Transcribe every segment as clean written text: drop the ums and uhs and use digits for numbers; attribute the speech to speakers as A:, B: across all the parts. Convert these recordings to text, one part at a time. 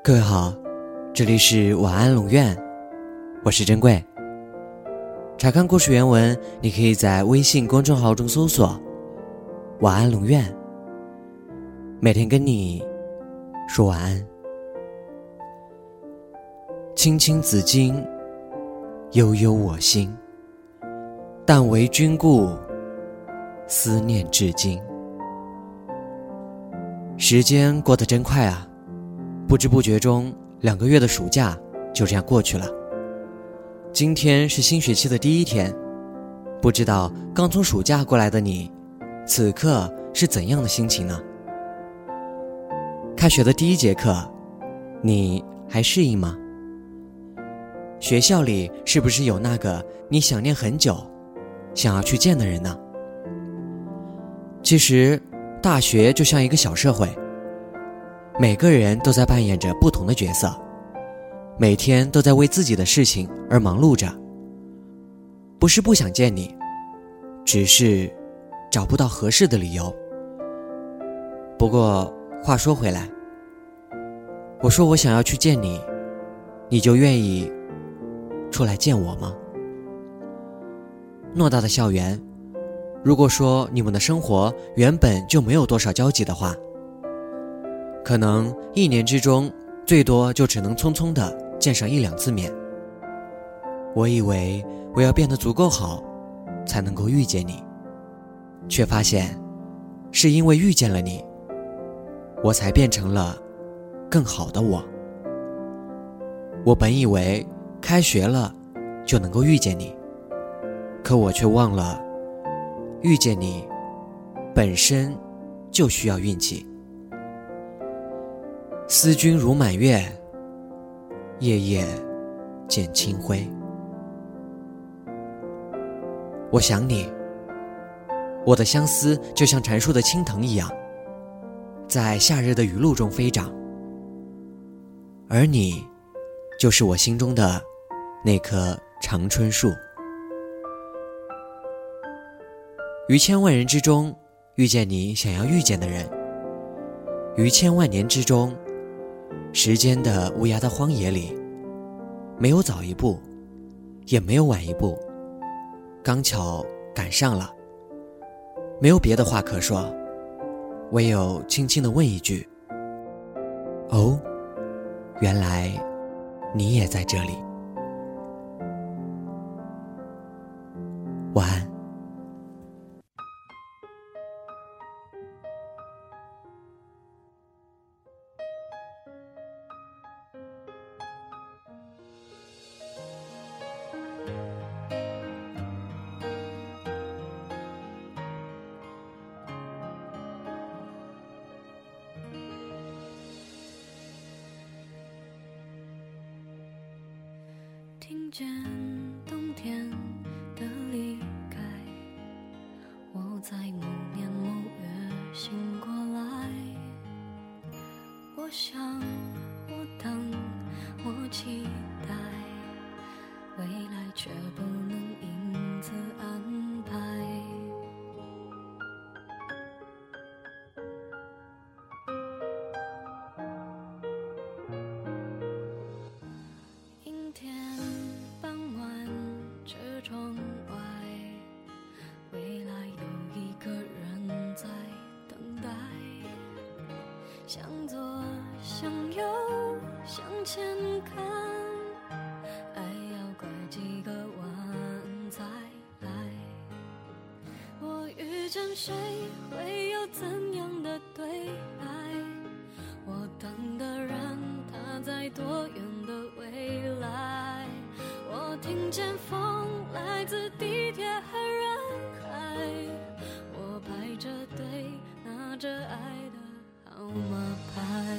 A: 各位好，这里是晚安龙院，我是珍贵。查看故事原文，你可以在微信公众号中搜索晚安龙院，每天跟你说晚安。青青子衿，悠悠我心，但为君故，思念至今。时间过得真快啊，不知不觉中2个月的暑假就这样过去了。今天是新学期的第1天，不知道刚从暑假过来的你，此刻是怎样的心情呢？开学的第1节课，你还适应吗？学校里是不是有那个你想念很久，想要去见的人呢？其实大学就像一个小社会，每个人都在扮演着不同的角色，每天都在为自己的事情而忙碌着。不是不想见你，只是找不到合适的理由。不过话说回来，我说我想要去见你，你就愿意出来见我吗？偌大的校园，如果说你们的生活原本就没有多少交集的话，可能1年之中最多就只能匆匆地见上1-2次面。我以为我要变得足够好才能够遇见你，却发现是因为遇见了你，我才变成了更好的我。我本以为开学了就能够遇见你，可我却忘了遇见你本身就需要运气。思君如满月，夜夜见清辉。我想你，我的相思就像阐述的青藤一样，在夏日的雨露中飞长，而你就是我心中的那棵长春树。于千万人之中遇见你想要遇见的人，于千万年之中，时间的无涯的荒野里，没有早一步，也没有晚一步，刚巧赶上了。没有别的话可说，唯有轻轻地问一句：哦，原来你也在这里。晚安。
B: 听见冬天的离开，我在某年某月醒过来。我想，我等，我期待，未来却不能因此安排。阴天傍晚，车窗外，未来有一个人在等待。向左，向右，向前看，爱要拐几个弯才来。我遇见谁，会有怎样的对白？我等的人，他在多远的未来？我听见风来自地铁和人海，我排着队拿着爱的号码牌。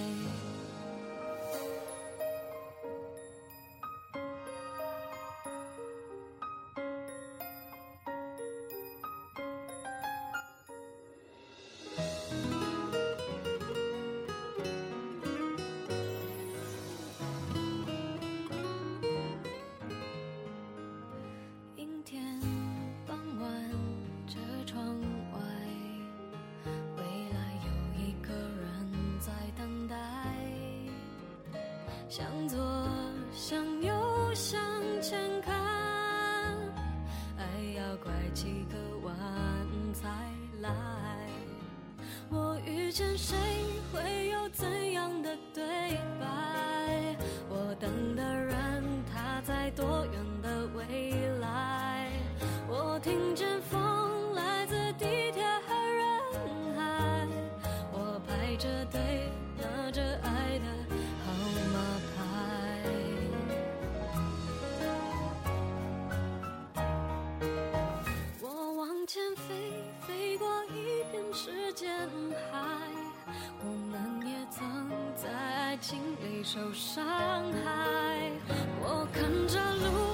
B: 阴天傍晚，车窗外，未来有一个人向左向右向前看，爱要拐几个弯才来。我遇见谁会有怎样的对白？我等的人他在多远的未来？我听见风来自地铁和人海，我排着队拿着爱的号码牌。我往前飞，飞过一片时间海，我们也曾在爱情里受伤害。我看着路